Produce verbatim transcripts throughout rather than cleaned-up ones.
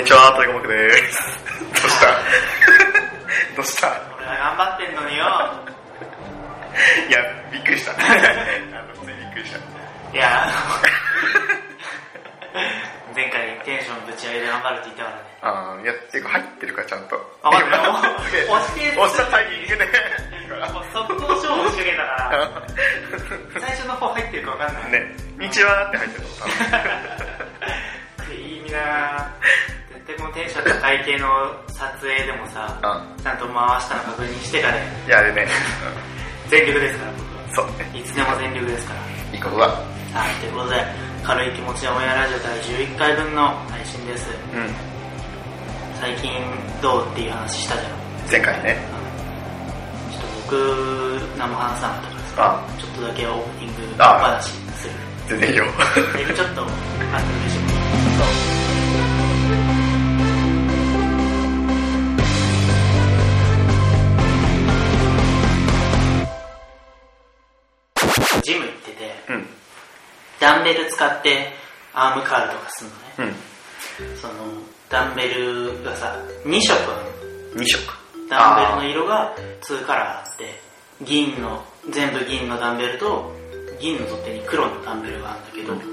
にちは、トイコモクでーす。どうしたどうした俺は頑張ってんのによ。 いや、びっくりした。あの、ついびっくりした。 いや、前回テンションぶち上げで頑張るって言ったからね。 あー、いや、ていうか入ってるかちゃんと。 あ、待って、押して、 押したタイミングで。 もう速攻勝負仕掛けたから、最初の方入ってるか分かんない。 ね、にちはって入ってるの多分。 いいなぁ。絶対このテンション高い系の撮影でもさ、ちゃんと回したの確認してからね。 いや、あれね。 全力ですから僕は。 そうね。 いつでも全力ですから。 いいことだ。 はい、ということで、軽い気持ちのオンエアラジオだいじゅういっかいぶんの配信です。 うん。 最近どうっていう話したじゃん。 前回ね。 ちょっと僕、何も話さなかったからさ、ちょっとだけオープニング話する。 全然いいよ。 ちょっと、あった嬉しい。ジム行ってて、うん、ダンベル使ってアームカールとかするのね、うん、そのダンベルがさにしょくあるの。 にしょくダンベルの色がにカラーあって、銀の全部銀のダンベルと銀の取っ手に黒のダンベルがあるんだけど、うん、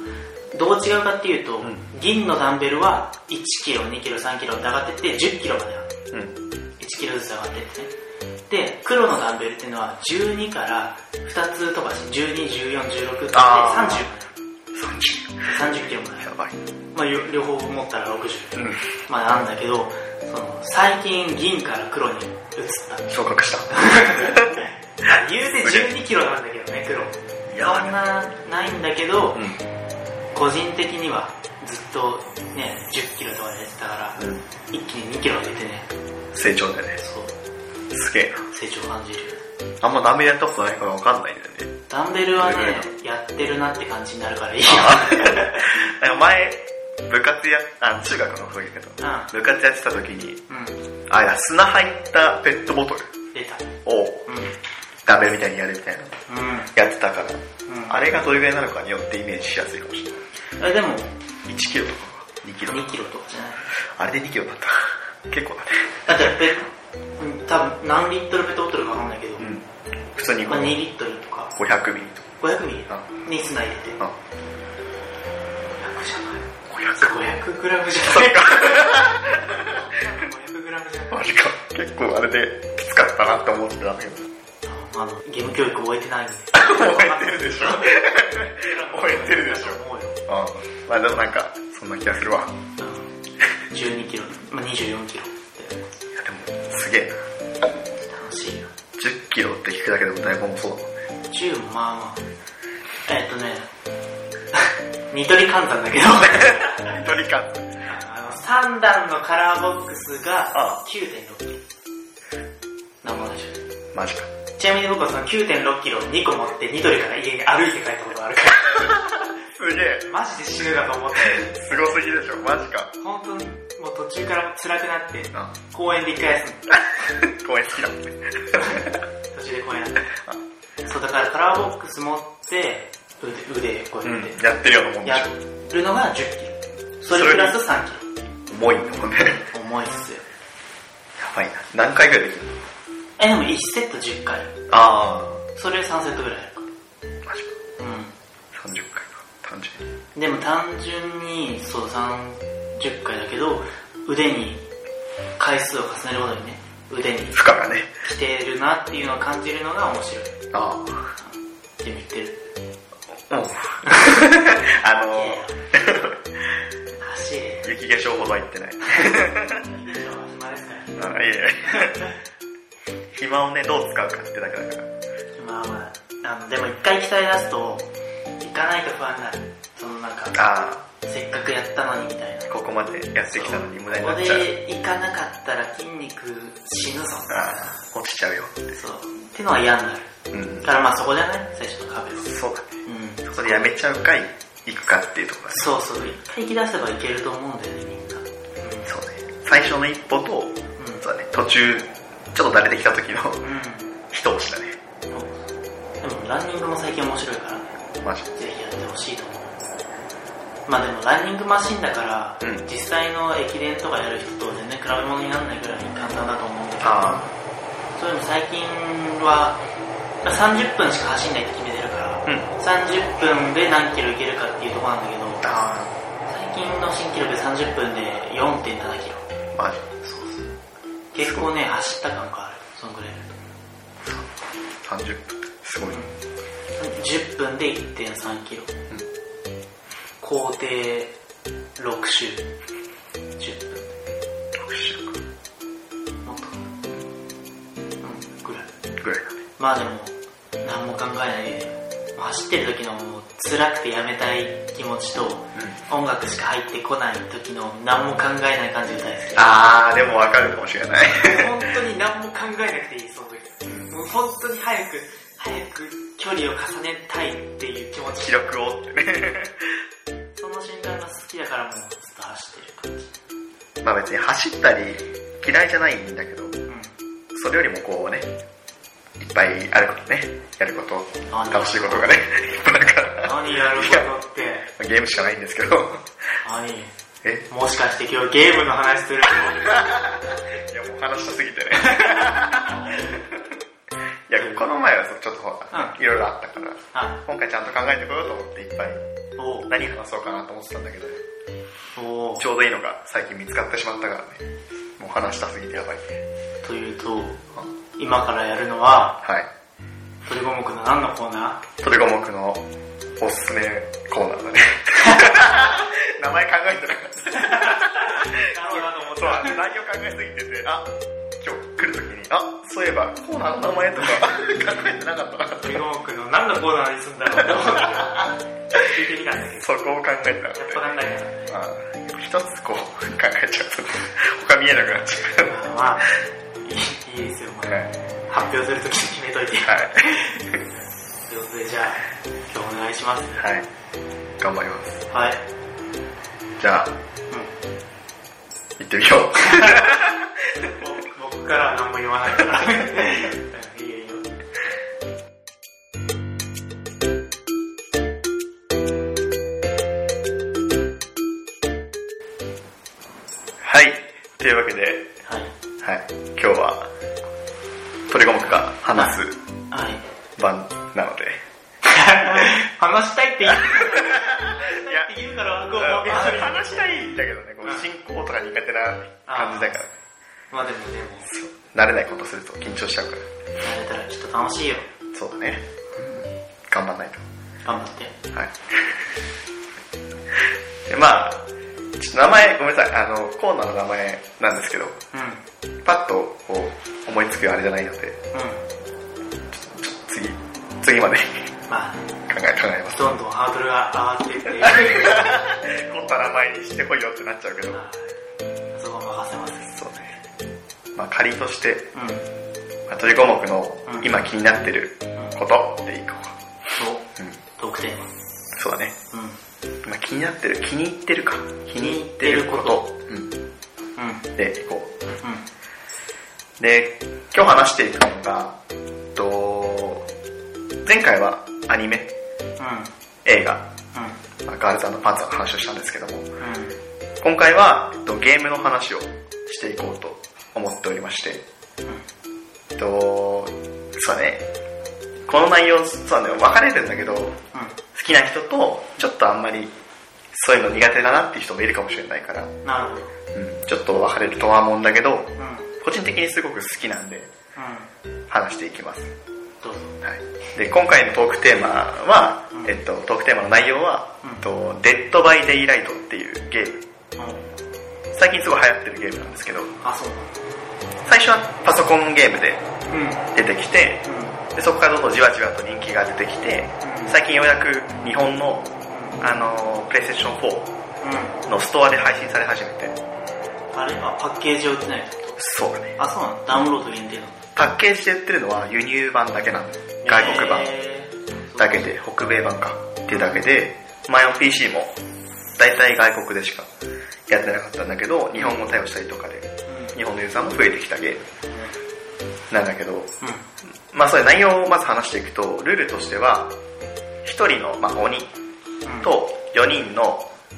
どう違うかっていうと、うん、銀のダンベルはいちキロ、にキロ、さんキロって上がってってじゅっキロまである、うん、いちキロずつ上がってってね。で、黒のダンベルっていうのはじゅうにからふたつ飛ばし、じゅうに、じゅうよん、じゅうろくってさんじゅうまでさんじゅっキロまで。 やばい。 まあ両方持ったらろくじゅう、 うん、 まあなんだけど、その最近銀から黒に移った。 昇格した。 言うてじゅうにキロなんだけどね、黒。そんなないんだけど、うん、個人的にはずっとね、じゅっキロとかでやってたから、うん、一気ににキロ上げてね。 成長だよね。 そう。 すげえな。 成長感じる。 あんまダンベルやったことないから分かんないんだよね。 ダンベルはね、やってるなって感じになるからいいよ。 前、部活や、あ、中学の時だけど、うん、部活やってた時に、うん、あれ砂入ったペットボトル出たを、うん、ダンベルみたいにやるみたいな、うん、やってたから、うん、あれがどれぐらいなのかによってイメージしやすいかもしれない。 あれでも、 いちキロとかにキロ。 にキロとかじゃない。 あれでにキロだった。結構だね。 だってペ多分何リットルペットボトルかわかんないけど、うん、 普通にこう、 まあ、にリットルとかごひゃくミリとかごひゃくミリに砂入れて、 あごひゃくじゃない、ごひゃくグラムじゃないか。ごひゃくグラムじゃない。 マジか。結構あれできつかったなって思ってたんだけど。 あの義務教育終えてないんで。 終えてるでしょ。終えてるでしょ。ああ、まあでもなんかそんな気がするわ。 うん、じゅうにキロ、まあ、にじゅうよんキロ。 いやでもすげえな。 楽しいよ。 じゅっキロって聞くだけでもだいぶ重そうだもんね。 じゅうもまあまあ。えっとね、ニトリ換算だけど。 ニトリ換算。 あのさんだんのカラーボックスが きゅうてんろっキロ。なんもないでしょ。 マジか。 ちなみに僕はその きゅうてんろっキロにこ持ってニトリから家に歩いて帰ったことがあるから。 すげえ。 マジで死ぬかと思って。 すごすぎでしょ、マジか。 本当にもう途中から辛くなって、公園で一回休む。公園好きだもんね。 途中で公園やって。そうだからカラーボックス持って腕、腕こうやって、 うん、やってるようなもんでしょ。 やるのがじゅっキロ。それプラスさんキロ。重いんだもんね。 重いっすよ。 やばいな。何回ぐらいできるの？ え、でもいちセットじゅっかい。 ああ。 それさんセットぐらいあるか。 マジか。 うん。 さんじゅっかいか。単純に。 でも単純に、そう、さんじゅっかいだけど、腕に回数を重ねることにね、腕に負荷がね、 来てるなっていうのを感じるのが面白い。 ああ。 って言ってる。 うん。あのー、走れ。 雪化粧ほどは言ってない。 雪化粧は暇ですから。 あ、いえいえ。暇をね、どう使うかってだけだから。 まあまあ、あの、でも一回鍛え出すと、行かないと不安になる。そのなんか、 あせっかくやったのにみたいな。 ここまでやってきたのに無駄になっちゃう。 ここで行かなかったら筋肉死ぬぞ。 ああ、落ちちゃうよ。 そう。ってのは嫌になる。うん。だからまあそこじゃない最初の壁は。 そうだね。うん。そこでやめちゃうかい、行くかっていうところだね。 そうそう。一回行き出せばいけると思うんだよね、みんな。うん。 そうね。最初の一歩と、うん、そうだね、途中、ちょっと慣れてきた時の、うん、一押しだね。 でもランニングも最近面白いからね。 マジぜひやってほしいと思う。 まあでもランニングマシンだから、 うん、 実際の駅伝とかやる人と全然比べ物にならないぐらい簡単だと思うんだけど、 あそういうの最近はさんじゅっぷんしか走んないって決めてるから、うん、さんじゅっぷんで何キロいけるかっていうところなんだけど、 あ最近の新記録でさんじゅっぷんで よんてんななキロ。 マジ？ そうそう。結構ね、走った感がある。そのぐらい。 さんじゅっぷんすごい、うん、 じゅっぷんで いってんさんキロ、うん、工程ろく周じゅっぷんろく周かもっとうんぐらいぐらいだね。 まあでも何も考えないで走ってる時の辛くてやめたい気持ちと、うん、音楽しか入ってこない時の何も考えない感じが大好き。 あーでも分かるかもしれない本当に何も考えなくていいその時、うん、もう本当に早く早く距離を重ねたいっていう気持ち。 記録をってねその瞬間が好きだからもうずっと走ってる感じ。まあ別に走ったり嫌いじゃないんだけど、うん、それよりもこうねいっぱいあることね、やること楽しいことがねいっぱいあるから何やることってゲームしかないんですけど何えもしかして今日ゲームの話するのいやもう話したすぎてねいやこの前はちょっとほら、うん、いろいろあったから、今回ちゃんと考えてこようと思っていっぱい何話そうかなと思ってたんだけど、おちょうどいいのが最近見つかってしまったからね、もう話したすぎてやばいね。 というと、今からやるのは、 はい、 鳥五目の何のコーナー？鳥五目のおすすめコーナーだね名前考えてなかったそう内容考えすぎてて、あ今日来るときに、あそういえばコーナーの名前とか考えてなかったな鳥五目の何のコーナーにするんだろうって思って聞いてみたんだけど、 そこを考えてなかった。 やっぱ考えてなかった。 一つこう考えちゃうと他見えなくなっちゃうまあいい, いいですよ、まあはい、発表するときに決めといてはいということでじゃあ今日お願いします。 はい頑張ります。 はいじゃあ、うん、行ってみよう僕からは何も言わないからいいよいいよ。 はいというわけで、 はいはい、今日は鳥五目が話す番なので、 はい、話したいって言うって言うからこう話したいんだけどね、こう進行とか苦手な感じだから、ね、 まあでもでも慣れないことすると緊張しちゃうから、 慣れたらきっと楽しいよ。 そうだね、うん、頑張んないと。 頑張ってはいでまあちょっと名前ごめんなさい、あのコーナーの名前なんですけど、うん、パッとこう思いつくあれじゃないので、うん、ちょちょ次次までまあ考え考えます。 どんどんハードルが上がっていって凝った名前にしてこいよってなっちゃうけど、 そこ任せます。 そうね、まあ仮として、うんまあ、鳥五目の今気になってることでいこう、うんうん、トークテーマ。 そうだね、うんまあ、気になってる気に入ってるか気に入ってること、うんうん、でいこう、うん、で今日話していくのがと前回はアニメ、うん、映画、うんまあ、ガールズ&パンツァーの話をしたんですけども、うん、今回はとゲームの話をしていこうと思っておりまして、うん、とそうだねこの内容そうだね分かれるんだけど、うん、好きな人とちょっとあんまりそういうの苦手だなっていう人もいるかもしれないから、 なるほど、 うん、ちょっと分かれるとは思うんだけど、うん、個人的にすごく好きなんで、うん、話していきます。 どうぞ。 はい、で今回のトークテーマは、うんえっと、トークテーマの内容は、うん、とデッドバイデイライトっていうゲーム、うん、最近すごい流行ってるゲームなんですけど、 あそう最初はパソコンゲームで出てきて、うん、でそこからどんどんじわじわと人気が出てきて、うん、最近ようやく日本のあのプレイステーションフォーのストアで配信され始めて、 うん、あれはパッケージを売ってないってこと？ そうだね。 あ、そうなの？ダウンロード限定なの？ パッケージで売ってるのは輸入版だけなの。外国版だけで、北米版かっていうだけで、前の ピーシー も大体外国でしかやってなかったんだけど、日本語対応したりとかで、うん、日本のユーザーも増えてきたゲームなんだけど、うん、まあそういう内容をまず話していくと、ルールとしてはひとりの、まあ、鬼とよにんの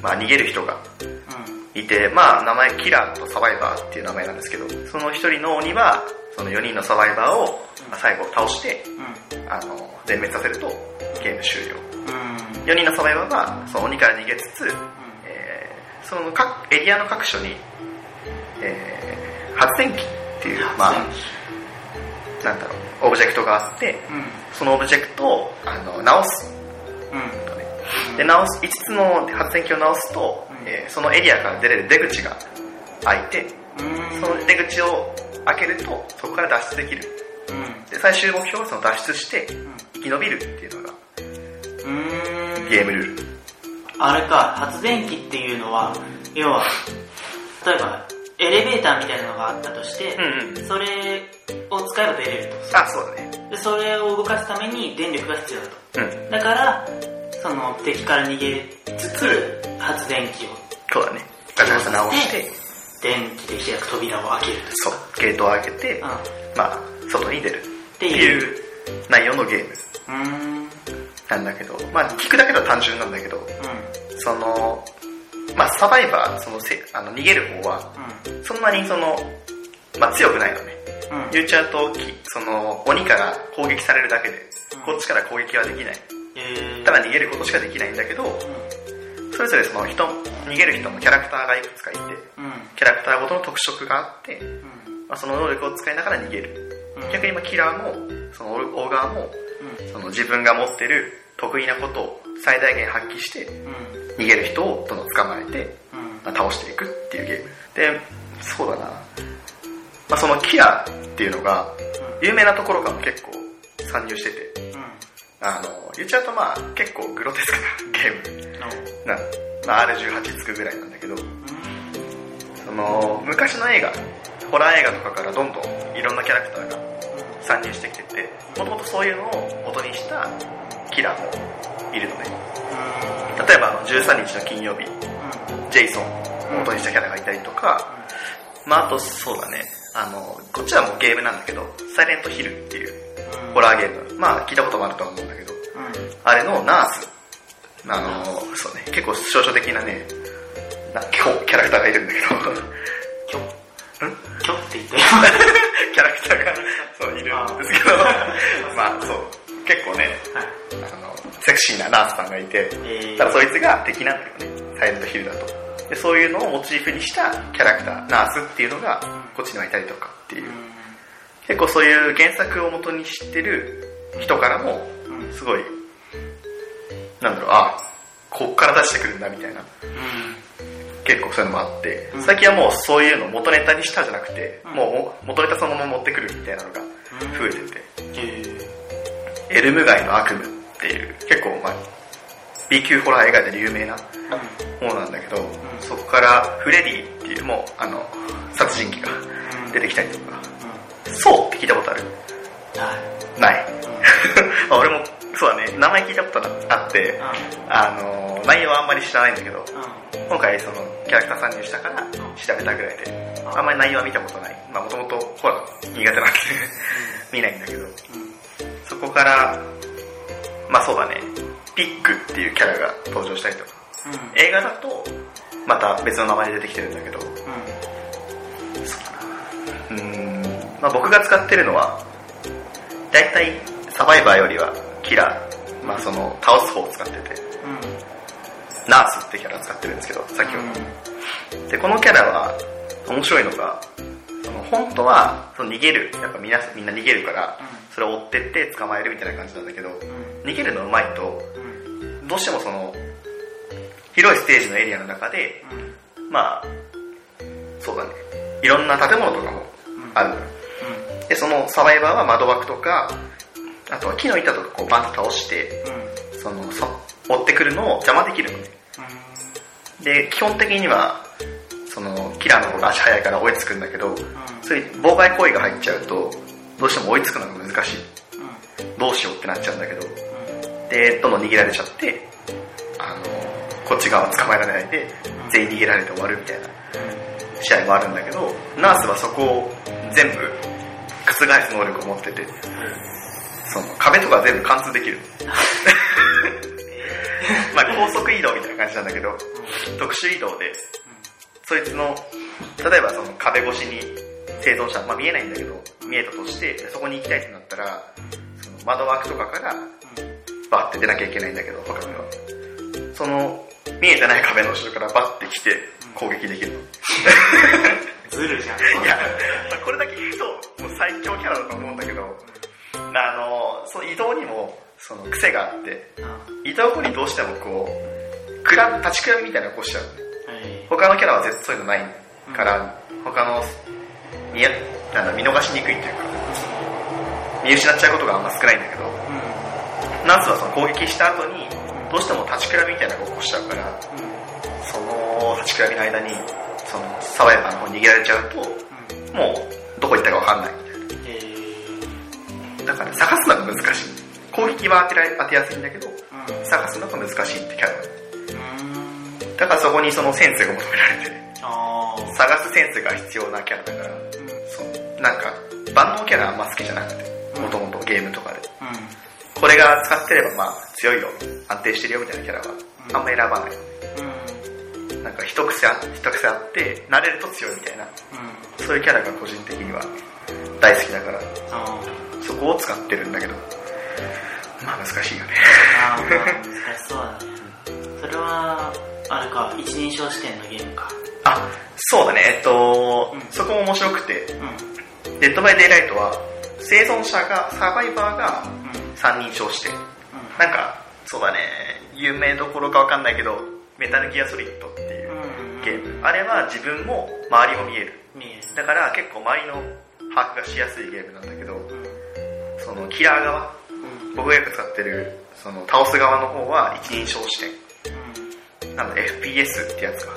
まあ逃げる人がいて、まあ名前キラーとサバイバーっていう名前なんですけど、その一人の鬼はそのよにんのサバイバーを最後倒して、あの全滅させるとゲーム終了。よにんのサバイバーはその鬼から逃げつつ、えー、その各エリアの各所に、えー、発電機っていう、まあなんだろう、オブジェクトがあって、そのオブジェクトをあの直す。で直すいつつの発電機を直すと、うんえー、そのエリアから出れる出口が開いて、その出口を開けるとそこから脱出できる、うん、で最終目標はその脱出して生き延びるっていうのがゲームルール。 あれか、発電機っていうのは要は例えばエレベーターみたいなのがあったとして、うんうん、それを使えば出れると。 あ、そうだね。 でそれを動かすために電力が必要だと、うん、だからその敵から逃げつつ発電機をそうだねガチャガチャ直して電気で開く扉を開けると。 そうゲートを開けて、うん、まあ外に出るっていう内容のゲームなんだけど、まあ聞くだけでは単純なんだけど、うん、そのまあサバイバーそのせあの逃げる方は、うん、そんなにそのまあ強くないのね、うん、言っちゃうとその鬼から攻撃されるだけで、うん、こっちから攻撃はできない。ただ逃げることしかできないんだけど、うん、それぞれその人逃げる人のキャラクターがいくつかいて、うん、キャラクターごとの特色があって、うんまあ、その能力を使いながら逃げる、うん、逆にまあキラーもそのオーガーも、うん、その自分が持ってる得意なことを最大限発揮して、うん、逃げる人をどんどん捕まえて、うんまあ、倒していくっていうゲームで、そうだな、まあ、そのキラーっていうのが有名なところからも結構参入してて、あの言っちゃうとまあ結構グロテスクなゲームな、まあ、アールじゅうはち つくぐらいなんだけど、その昔の映画ホラー映画とかからどんどんいろんなキャラクターが参入してきてて、もともとそういうのを元にしたキラーもいるのね。例えばあのじゅうさんにちの金曜日、ジェイソンを元にしたキャラがいたりとか、まああとそうだね、あのこっちはもうゲームなんだけどサイレントヒルっていうホラーゲーム、まあ聞いたこともあると思うんだけど、うん、あれのナース、あのー、そうね、結構象徴的なね、なキョキャラクターがいるんだけど、 キョんキョって言ってキャラクターがそういるんですけど、まあそう結構ね、はい、あのセクシーなナースさんがいて、えー、ただそいつが敵なんだよね、サイレントヒルだと。でそういうのをモチーフにしたキャラクター、ナースっていうのがこっちにはいたりとかっていう。うん結構そういう原作を元に知ってる人からもすごい、うん、なんだろう、あこっから出してくるんだみたいな、うん、結構そういうのもあって、うん、最近はもうそういうのを元ネタにしたじゃなくて、うん、もう元ネタそのまま持ってくるみたいなのが増えてて、うん、エルム街の悪夢っていう結構まあ B 級ホラー映画で有名なものなんだけど、うん、そこからフレディっていうもうあの殺人鬼が出てきたりとか、そうって聞いたことある？ない。うん、俺もそうだね、名前聞いたことあって、うん、あの内容はあんまり知らないんだけど、うん、今回そのキャラクター参入したから調べたぐらいで、うん、あんまり内容は見たことない。まあもともとホラー苦手なんで見ないんだけど、うん、そこからまあそうだね、ピッグっていうキャラが登場したりとか、うん、映画だとまた別の名前で出てきてるんだけど、うん、そうだな、うーん。まあ、僕が使ってるのはだいたいサバイバーよりはキラー、まあ、その倒す方を使ってて、うん、ナースってキャラを使ってるんですけど先ほど、うん、でこのキャラは面白いのがその本当はその逃げるやっぱみんなみんな逃げるから、うん、それを追ってって捕まえるみたいな感じなんだけど、うん、逃げるの上手いと、うん、どうしてもその広いステージのエリアの中で、うん、まあそうだね、いろんな建物とかもあるのよ、うん、でそのサバイバーは窓枠とかあとは木の板とかこうバンと倒して、うん、そのそ追ってくるのを邪魔できるのね、うん、で基本的にはそのキラーの方が足早いから追いつくんだけど、うん、そういう妨害行為が入っちゃうとどうしても追いつくのが難しい、うん、どうしようってなっちゃうんだけど、うん、でどんどん逃げられちゃってあのこっち側は捕まえられないで、うん、全員逃げられて終わるみたいな試合もあるんだけど、ナースはそこを全部覆す能力を持ってて、その壁とか全部貫通できるまあ高速移動みたいな感じなんだけど、うん、特殊移動で、うん、そいつの、例えばその壁越しに生存者、まあ見えないんだけど、見えたとして、そこに行きたいってなったら、その窓枠とかから、バッて出なきゃいけないんだけど、他のは。その、見えてない壁の後ろからバッて来て攻撃できるの。 ずるじゃん。 いや、これだけ言うと、もう最強キャラだと思うんだけど、あの、その移動にも、その癖があって、移動後にどうしてもこう、クラ立ちくらみみたいなの起こしちゃう、ね。他のキャラは絶対そういうのないから、他の、見なんだ見逃しにくいっていうか、見失っちゃうことがあんま少ないんだけど、ナツはその攻撃した後に、どうしても立ちくらみみたいなのが起こしちゃうから、その立ちくらみの間に、その爽やかな方に逃げられちゃうと、もうどこ行ったかわかんないみたいな。だから探すのが難しい。攻撃は当てられ当てやすいんだけど、探すのが難しいってキャラ。だからそこにそのセンスが求められて、探すセンスが必要なキャラだから、そうなんか万能キャラあんま好きじゃなくて、もともとゲームとかで。これが使ってればまあ強いよ、安定してるよみたいなキャラはあんま選ばない。うん、なんか一癖あ一癖あって慣れると強いみたいな、うん、そういうキャラが個人的には大好きだから、うん、そこを使ってるんだけど、まあ難しいよね。 ああ、まあ、難しそうだね。それはあれか、一人称視点のゲームか。 あ、そうだね。えっと、うん、そこも面白くて、うん、デッドバイデイライトは生存者がサバイバーが三人称視点、うん、なんかそうだね、有名どころかわかんないけど、メタルギアソリッドっていうゲーム、うん、あれは自分も周りも見える、見えるだから結構周りの把握がしやすいゲームなんだけど、うん、そのキラー側、うん、僕がよく使ってるその倒す側の方は一人称視点、うん、あの エフピーエス ってやつか、うん、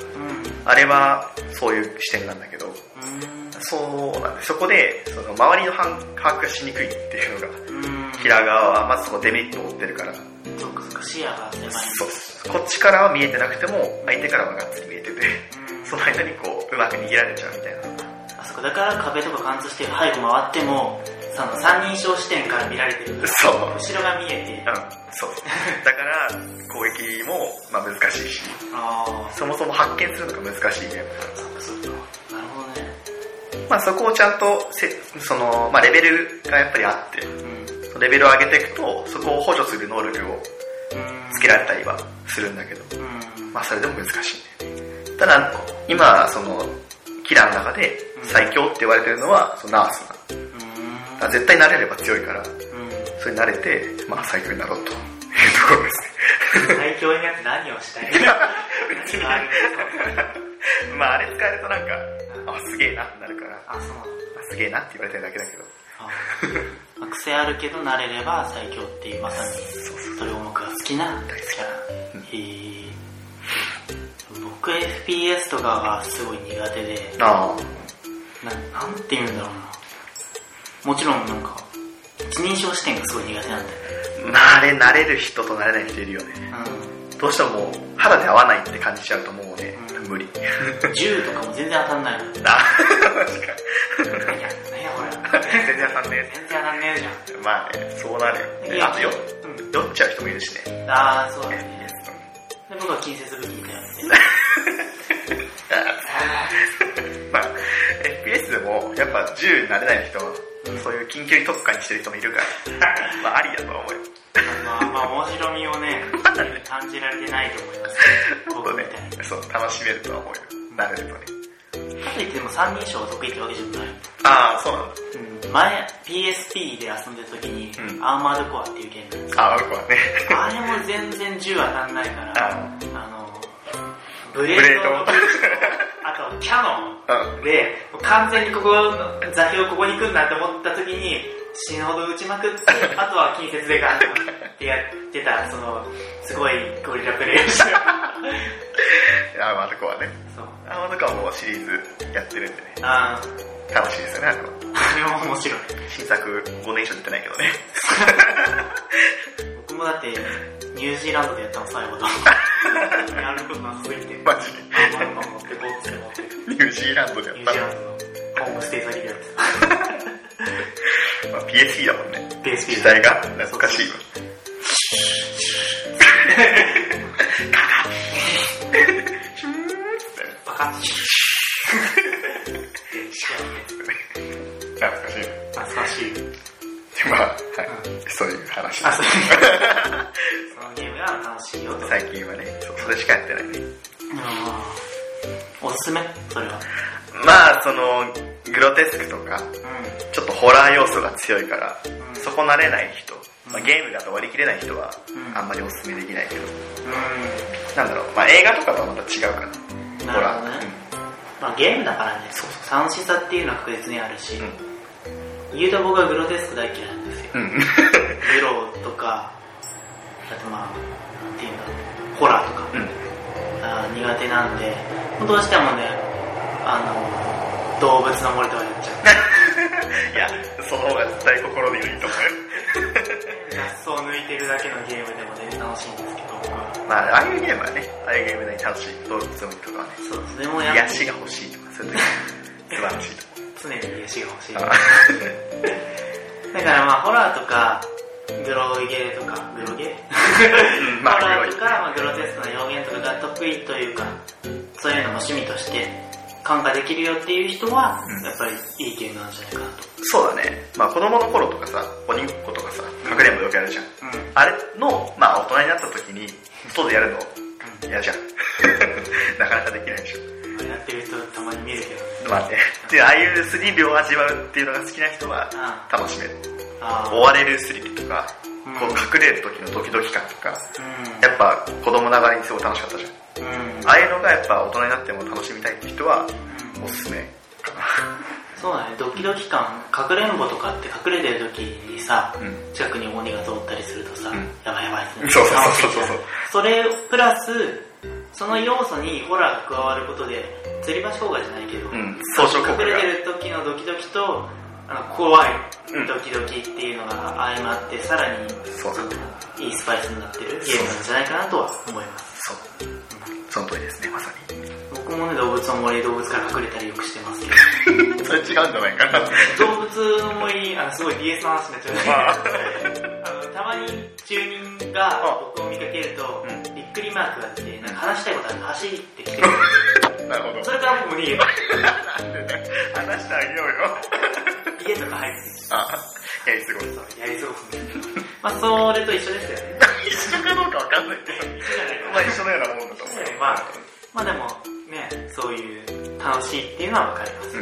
あれはそういう視点なんだけど、うん、そうなんで、そこでその周りの把握がしにくいっていうのが、うん、キラー側はまずそこデメリットを負ってるから、 そうかそうか、視野が狭い。 そう、こっちからは見えてなくても相手からはがっつり見えてて、うん、その間にこううまく逃げられちゃうみたいな。 あそこだから壁とか貫通して背後回ってもその三人称視点から見られてるから、 そう、 後ろが見えて、 うん、そうだから攻撃もまあ難しいし、あ、そもそも発見するのが難しいゲーム。 そっかそっか、なるほどね。 まあそこをちゃんとせその、まあ、レベルがやっぱりあって、うん、レベルを上げていくとそこを補助する能力をつけられたりはするんだけど、うん、まあそれでも難しいね。ただ今そのキラーの中で最強って言われてるのはそのナースな、うん、だから絶対慣れれば強いから、うん、それに慣れてまあ最強になろうというところですね。 最強になって何をしたいまああれ使えるとなんか、あ、すげえなってなるから、 あ、そうなの、 すげえなって言われてるだけだけど、 あ、癖あるけど慣れれば最強っていう、まさにそれを僕が好きなキャラ。へー、僕 エフピーエス とかがすごい苦手で、あな、なんて言うんだろうな、もちろんなんか一人称視点がすごい苦手なんだよね。 慣れ、慣れる人と慣れない人いるよね、うん、どうしてももう肌で合わないって感じちゃうともうね、うん、無理。 銃とかも全然当たんないの。 あ、マジか。 何や、何やこれ。 全然当たんねえ。 全然当たんねえじゃん。まあね、そうなるよ。あとよ、うん、酔っちゃう人もいるしね。 ああ、そうだね。で、僕は近接武器みたいなのね。 まあ、エフピーエス でもやっぱ銃慣れない人は、うん、そういう近距離特化にしてる人もいるから、まあありだとは思うよ。 まあ、まあ面白みをね、感じられてないと思います。 僕みたいに。そう、楽しめるとは思うよ。慣れるとね。 かといっても三人称が得意ってわけじゃない。 ああ、そうなんだ。 うん、前 ピーエスピー で遊んでる時に、うん、アーマードコアっていうゲームなんですけど、 アーマードコアね。 あれも全然銃当たんないから、あのブレード、あとキャノンで、うん、完全にここ座標ここに来るなって思った時に死ぬほど撃ちまくって、あとは近接でガンってやってた、そのすごいゴリラプレイをしてる。 アーマードコアね。そう。アーマードコアもシリーズやってるんでね。 ああ。楽しいですよね、あれは。 あれも面白い。 新作ごねん以上出てないけどね。 僕もだってニュージーランドでやったの最後だ。やることなさすぎて。 マジで。 アーマードコア持ってこうって思って。 ニュージーランドでやったの。 ニュージーランドのホームステイ先でやってた。まあ、ピーエスピー だもんね。 ピーエスピー時代が懐かしいわ。 パチッ懐かしい。 懐かしい。 まあ、はい、うん、そういう話です。 あ、そういうそのゲームが楽しいよと。 最近はね、そ, それしかやってないね。 おすすめそれは。 まあ、その、グロテスクとか、うん、ちょっとホラー要素が強いから、うん、そこ慣れない人、まあ、ゲームだと割り切れない人は、あんまりおすすめできないけど、うん、なんだろう、まあ映画とかとはまた違うかな。 ホラー。ね、うん、まあゲームだからね、そうそう楽しさっていうのは確実にあるし、うん、言うと僕はグロテスク大嫌いなんですよ。うん、グロとか、あとまあ、なんていうんだろう、ホラーとか、うん、あ苦手なんで、どうしてもね、あの、動物の森とかやっちゃう。 いや、その方が絶対心にいいと思うよ。 雑草抜いてるだけのゲームでも全然楽しいんですけど、 まあ、ああいうゲームはね、ああいうゲームで楽しい動物の森とかはね、 そうですね、もうやっぱ癒しが欲しいとか、そういう時素晴らしいと思う。 常に癒しが欲しい。だからまあ、ホラーとか、グロゲーとか、グロゲー、まあ、ホラーとか、まあ、グロテスクな表現とかが得意というか、そういうのも趣味として感化できるよっていう人は、うん、やっぱりいいゲームなんじゃないかなと。 そうだね。まあ子供の頃とかさ、鬼ごっことかさ、かくれんぼよくやるじゃん。うん、あれの、まあ大人になった時に、外でやるの嫌じゃん。なかなかできないでしょ。 やってる人たまに見るけど。 まあね。で、ああいうスリルを味わうっていうのが好きな人は楽しめる。追われるスリルとか、うん、こう隠れる時のドキドキ感とか、うん、やっぱ子供ながらにすごい楽しかったじゃん。うん、ああいうのがやっぱ大人になっても楽しみたいって人は、おすすめかな。 そうだね、ドキドキ感、かくれんぼとかって隠れてる時にさ、うん、近くに鬼が通ったりするとさ、うん、やばいやばいってね。 そうそうそうそうそう。 それプラス、その要素にホラーが加わることで、吊り橋効果じゃないけど、うん、 相乗効果が隠れてる時のドキドキと、あの怖いドキドキっていうのが相まって、さらにいいスパイスになってるゲームなんじゃないかなとは思います。 そう、うん、その通りですね、まさに。 僕もね、動物の森、動物から隠れたりよくしてますけど。それ違うんじゃないかな。 動物の森、あのすごい ディーエス の話になっちゃうけど、あのたまに住人が僕を見かけると、うん、びっくりマークがあって、なんか話したいことあると走ってきてくる。 なるほど。 それから僕も逃げる。 なんでね、話してあげようよ。 家とか入ってきて。 あ、やり過ごす。 やり過ごす。まあ、それと一緒ですよね。 一緒かどうかわかんないけど。一緒じゃないか。まあ、一緒のようなもんだと思う。 まあ、まあでも、ね、そういう楽しいっていうのはわかります。うん、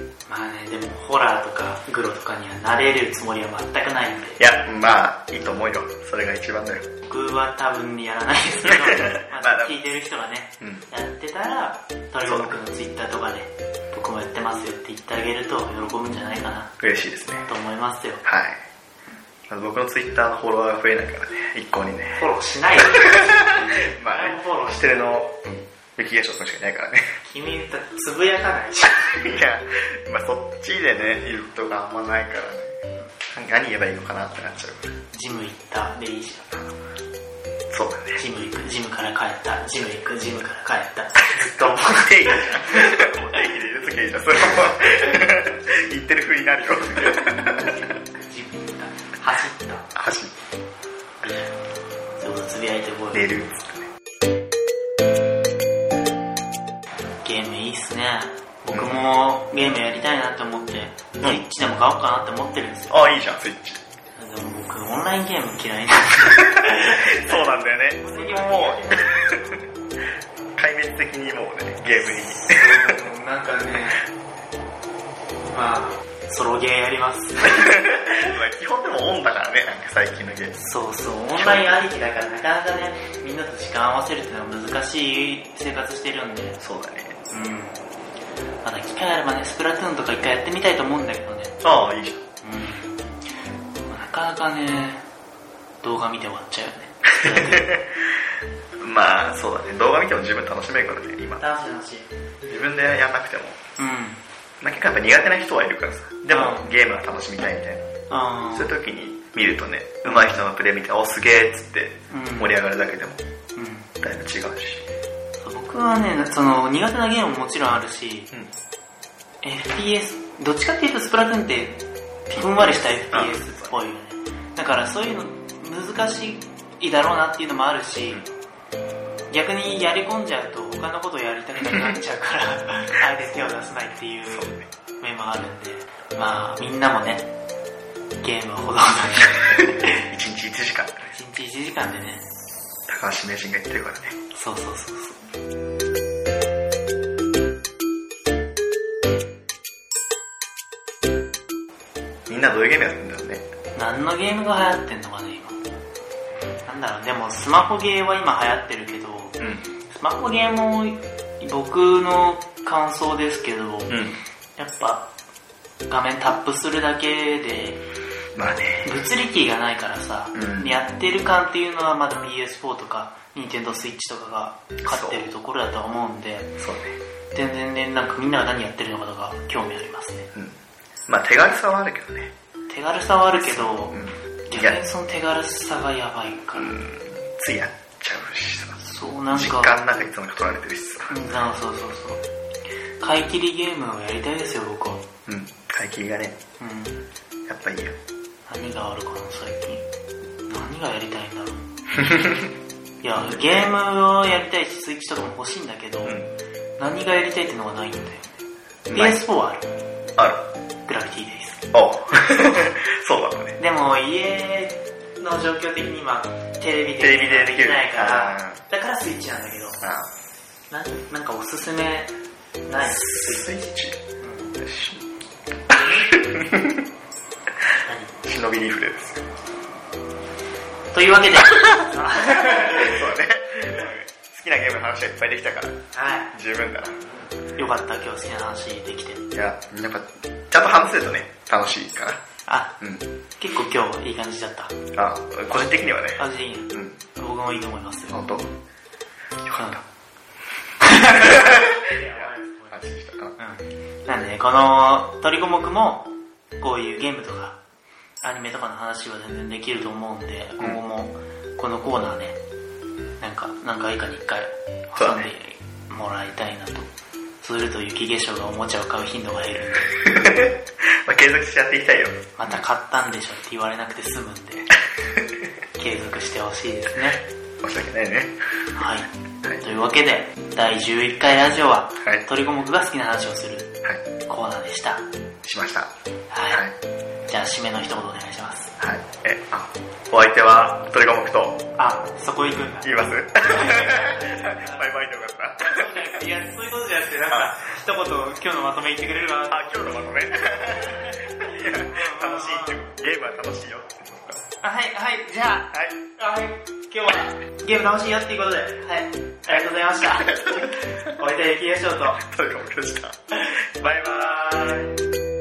まあね、でもホラーとかグロとかには慣れるつもりは全くないんで。 いや、まあ、いいと思うよ。それが一番だよ。 僕は多分やらないですけど、まあ、聞いてる人がね、うん、やってたら、トリボン君のツイッターとかで、僕もやってますよって言ってあげると喜ぶんじゃないかな。 嬉しいですね。 と思いますよ。 はい。僕のツイッターのフォロワーが増えないからね、一向にね。 フォローしないよ。 まあね、フォローしてるの、雪化粧くんしかいないからね。 君だってつぶやかないじゃん。いや、まあそっちでね、いることがあんまないからね。何言えばいいのかなってなっちゃうから。 ジム行ったでいいじゃん。 そうだね。 ジム行く、ジムから帰った、ジム行く、ジムから帰った。ずっともう定義じゃん。もう定義で言うときゃいいじゃん。それも言ってる風になるよ。 ジム行った、走った。 走った。 そうそう、つぶやいてこう。 寝る。 ゲームいいっすね。僕もゲームやりたいなって思って、スイッチでも買おうかなって思ってるんですよ。 ああ、いいじゃん、スイッチ。 でも僕、オンラインゲーム嫌いなんで。そうなんだよね。もう、壊滅的にもうね、ゲームに。 なんかね、まあ、ソロゲーやります。 基本でもオンだからね、なんか最近のゲーム。 そうそう、オンラインありきだからなかなかね、みんなと時間合わせるっていうのは難しい生活してるんで。 そうだね。 うん。まだ機会あればね、スプラトゥーンとか一回やってみたいと思うんだけどね。 ああ、いいじゃん。 うん。なかなかね、動画見て終わっちゃうよね。 まあ、そうだね。動画見ても十分楽しめるからね、今。 楽しい楽しい。 自分でやんなくても。 うん。 まあ、結構やっぱ苦手な人はいるからさ。でも、ゲームは楽しみたいみたいな。そういう時に見るとね、上手い人のプレイ見て、お、すげーっつって盛り上がるだけでも、うん、だいぶ違うし。 僕はね、その苦手なゲームももちろんあるし、うん、エフピーエス、どっちかっていうとスプラトゥーンってふんわりした エフピーエス っぽいよね。だからそういうの難しいだろうなっていうのもあるし、うん、 逆にやり込んじゃうと他のことをやりたくなくなっちゃうからあえて手を出さないっていう面もあるんで、まあみんなもねゲームはほどほどにいちにちいちじかん、 いちにちいちじかんでね、 高橋名人が言ってるからね。 そうそうそうそう。 みんなどういうゲームやってんだろうね。 何のゲームが流行ってんのかね今。なんだろう、でもスマホゲーは今流行ってるけど、うん、スマホゲーも僕の感想ですけど、うん、やっぱ画面タップするだけで、 まあね、 物理キーがないからさ、うん、やってる感っていうのはまだ ピーエスフォー とか Nintendo Switch とかが勝ってるところだと思うんで、 そうね、 全然ね、なんかみんなが何やってるのかとか興味ありますね。 うん、まあ手軽さはあるけどね。 手軽さはあるけど、うん、逆にその手軽さがやばいから、うん、 ついやっちゃうしさ、 そうなんか時間なんかいつも取られてるしさ、 うん、そうそうそうそう、買い切りゲームをやりたいですよ僕は。 うん、買い切りがね、うん、やっぱいいよ。 何があるかな最近、何がやりたいんだろういやゲームをやりたいしスイッチとかも欲しいんだけど、うん、何がやりたいってのがないんだよね。 ピーエスフォー はあるある、 グラビティデイズ。 おそうだったね。 でも家の状況的に今テレビテレビでできないから、だからスイッチなんだけど、な, なんかおすすめない？ スイッチ、うん、忍びリフレです。 というわけでそうだね、好きなゲームの話はいっぱいできたから、はい、十分だな。 よかった、今日好きな話できて。 いや、やっぱちゃんと話せるとね楽しいかな。 あ、うん、結構今日いい感じだった。 あ、個人的にはね。 個人的に、うん、僕もいいと思いますよ。 本当。よかった。 うん、なんでね、この鳥五目もこういうゲームとかアニメとかの話は全然できると思うんで、今後もこのコーナーね、なんか何回かにいっかい挟んでもらいたいなと。すると雪化粧がおもちゃを買う頻度が減るんでまあ継続してやっていきたいよ。 また買ったんでしょって言われなくて済むんで継続してほしいですね。 申し訳ないね。 はい、はい、というわけでだいじゅういっかいラジオは、はい、鳥五目が好きな話をするコーナーでした。 しました。はい、 はい、じゃあ締めの一言お願いします。 はい、えあお相手は鳥五目と、 あ、そこ行くんだ。 言いますバイバイとかさいや、そういうことじゃなくて、なんか一言今日のまとめ言ってくれるかな。 あ、今日のまとめいや、楽しいって、ゲームは楽しいよ。 あ、はい、はい、じゃあ、はい、はい、今日はゲーム楽しいよっていうことで、はい、ありがとうございましたお相手は雪化粧と鳥五目でした。バイバーイ。